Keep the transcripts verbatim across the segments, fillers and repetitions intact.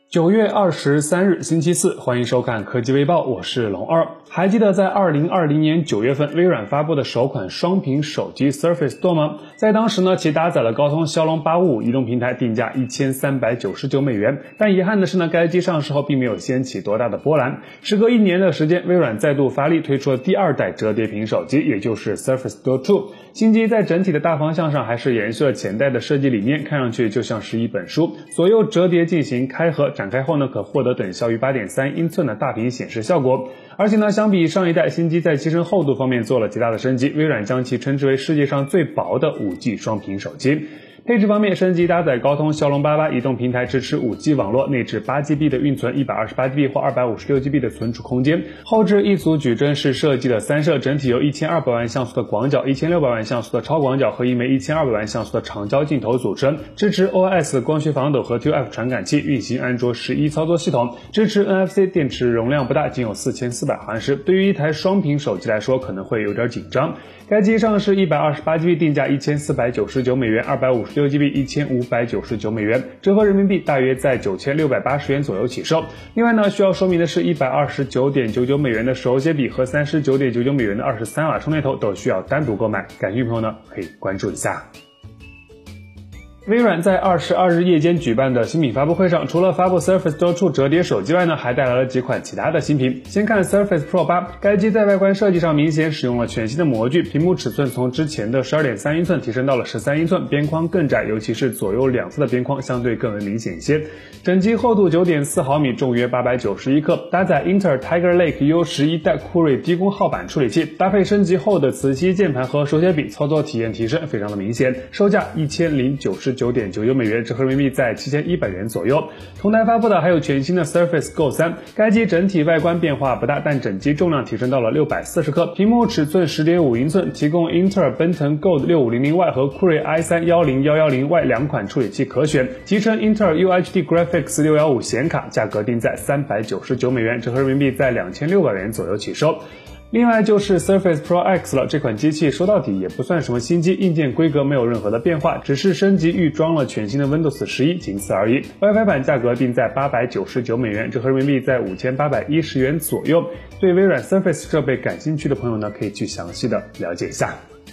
九月二十三日星期四，欢迎收看科技微报，我是龙二。还记得在二零二零年九月份微软发布的首款双屏手机 Surface Duo 吗？在当时呢，其搭载了高通骁龙八五五移动平台，定价一千三百九十九美元。但遗憾的是呢，该机上市后并没有掀起多大的波澜。时隔一年的时间，微软再度发力推出了第二代折叠屏手机，也就是 Surface Duo 二。新机在整体的大方向上还是延续了前代的设计理念，看上去就像是一本书，左右折叠进行开合，展开后呢，可获得等效于 八点三英寸的大屏显示效果。而且呢，相比上一代，新机在机身厚度方面做了极大的升级，微软将其称之为世界上最薄的 五 G 双屏手机。配置方面，升级搭载高通骁龙八八移动平台，支持 五 G 网络，内置 八 G B 的运存， 一百二十八 G B 或 二百五十六 G B 的存储空间。后置一组矩阵式设计的三摄，整体由一千二百万像素的广角、一千六百万像素的超广角和一枚一千二百万像素的长焦镜头组成，支持 O I S 光学防抖和 T U F 传感器，运行安卓十一操作系统，支持 N F C， 电池容量不大，仅有四千四百毫安时。对于一台双屏手机来说，可能会有点紧张。该机上市 一百二十八 G B， 定价一千四百九十九美元， 二百五十六 G B 一千五百九十九美元，折合人民币大约在九千六百八十元左右起售。另外呢，需要说明的是 一百二十九点九九美元的手写笔和 三十九点九九美元的二十三瓦充电头都需要单独购买，感兴趣朋友呢可以关注一下。微软在二十二日夜间举办的新品发布会上，除了发布 Surface Duo 二折叠手机外呢，还带来了几款其他的新品。先看 Surface Pro 八，该机在外观设计上明显使用了全新的模具，屏幕尺寸从之前的 十二点三英寸提升到了十三英寸，边框更窄，尤其是左右两侧的边框相对更为明显一些。整机厚度 九点四毫米，重约八百九十一克，搭载英特尔 Tiger Lake U 十一代酷睿低功耗版处理器，搭配升级后的磁吸键盘和手写笔，操作体验提升非常的明显。售价一千零九十九点九九美元，折合人民币在七千一百元左右。同台发布的还有全新的 Surface Go 三，该机整体外观变化不大，但整机重量提升到了六百四十克，屏幕尺寸 十点五英寸，提供英特尔奔腾 Gold 六五零零 Y 和酷睿 i 三 一零一一零 Y 两款处理器可选，集成英特尔 U H D Graphics 六一五显卡，价格定在三百九十九美元，折合人民币在两千六百元左右起售。另外就是 Surface Pro X 了，这款机器说到底也不算什么新机，硬件规格没有任何的变化，只是升级预装了全新的 Windows 十一，仅此而已。WiFi 版价格定在八百九十九美元，折合人民币在五千八百一十元左右。对微软 Surface 设备感兴趣的朋友呢，可以去详细的了解一下。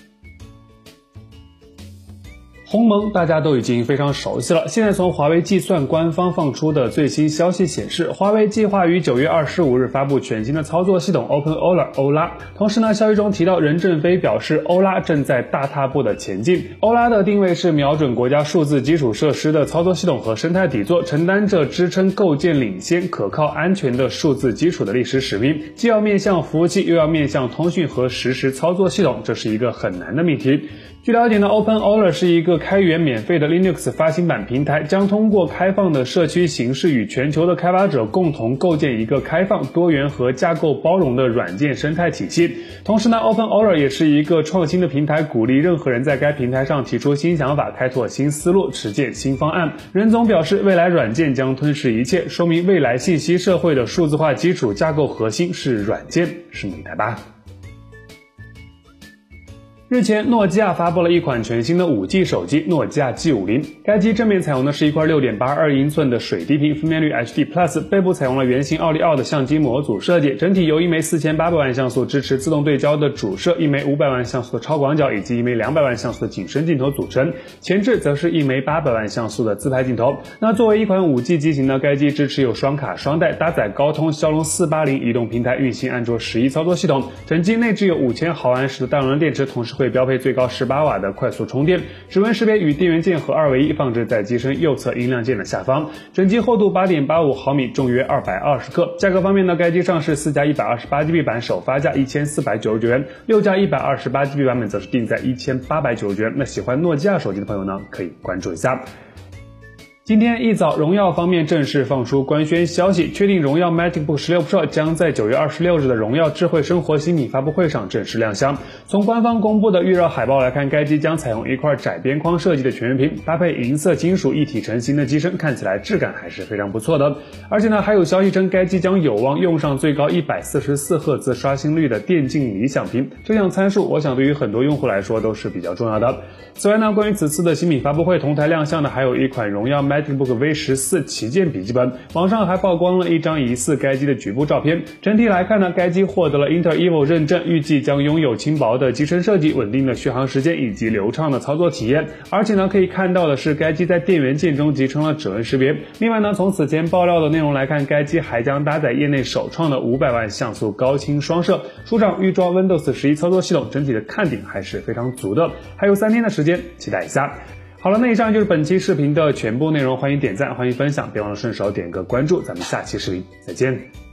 鸿蒙大家都已经非常熟悉了，现在从华为计算官方放出的最新消息显示，华为计划于九月二十五日发布全新的操作系统 OpenOLA 欧拉。同时呢，消息中提到任正非表示欧拉正在大踏步的前进。欧拉的定位是瞄准国家数字基础设施的操作系统和生态底座，承担着支撑构建领先、可靠、安全的数字基础的历史使命，既要面向服务器，又要面向通讯和实时操作系统，这是一个很难的命题。据了解呢 ，OpenOLA 是一个开源免费的 Linux 发行版平台，将通过开放的社区形式与全球的开发者共同构建一个开放、多元和架构包容的软件生态体系。同时呢 ，OpenOLA 也是一个创新的平台，鼓励任何人在该平台上提出新想法，开拓新思路，实践新方案。任总表示，未来软件将吞噬一切，说明未来信息社会的数字化基础架构核心是软件，拭目以待吧。日前，诺基亚发布了一款全新的 五 G 手机诺基亚 G 五十，该机正面采用的是一块 六点八二英寸的水滴屏，分辨率 H D Plus， 背部采用了圆形奥利奥的相机模组设计，整体由一枚四千八百万像素支持自动对焦的主摄，一枚五百万像素的超广角以及一枚两百万像素的景深镜头组成，前置则是一枚八百万像素的自拍镜头。那作为一款 五 G 机型呢，该机支持有双卡双待，搭载高通骁龙四八零移动平台，运行安卓十一操作系统，整机内置有五千毫安时的大容量电池，同时会标配最高十八瓦的快速充电，指纹识别与电源键合二为一，放置在机身右侧音量键的下方。整机厚度 八点八五毫米，重约二百二十克。价格方面呢，该机上市四加一百二十八 G B 版首发价一千四百九十九元，六加一百二十八 G B 版本则是定在一千八百九十九元。那喜欢诺基亚手机的朋友呢，可以关注一下。今天一早，荣耀方面正式放出官宣消息，确定荣耀 MacBook 十六 Pro 将在九月二十六日的荣耀智慧生活新品发布会上正式亮相。从官方公布的预热海报来看，该机将采用一块窄边框设计的全面屏，搭配银色金属一体成型的机身，看起来质感还是非常不错的。而且呢，还有消息称该机将有望用上最高一百四十四赫兹刷新率的电竞理想屏，这项参数我想对于很多用户来说都是比较重要的。此外呢，关于此次的新品发布会同台亮相的还有一款荣耀 Mac MacBook V 十四 旗舰笔记本，网上还曝光了一张疑似该机的局部照片。整体来看呢，该机获得了 Intel Evo 认证，预计将拥有轻薄的机身设计、稳定的续航时间以及流畅的操作体验。而且呢，可以看到的是，该机在电源键中集成了指纹识别。另外呢，从此前爆料的内容来看，该机还将搭载业内首创的五百万像素高清双摄，书上预装 Windows 十一操作系统，整体的看点还是非常足的。还有三天的时间，期待一下。好了，那以上就是本期视频的全部内容，欢迎点赞，欢迎分享，别忘了顺手点个关注，咱们下期视频再见。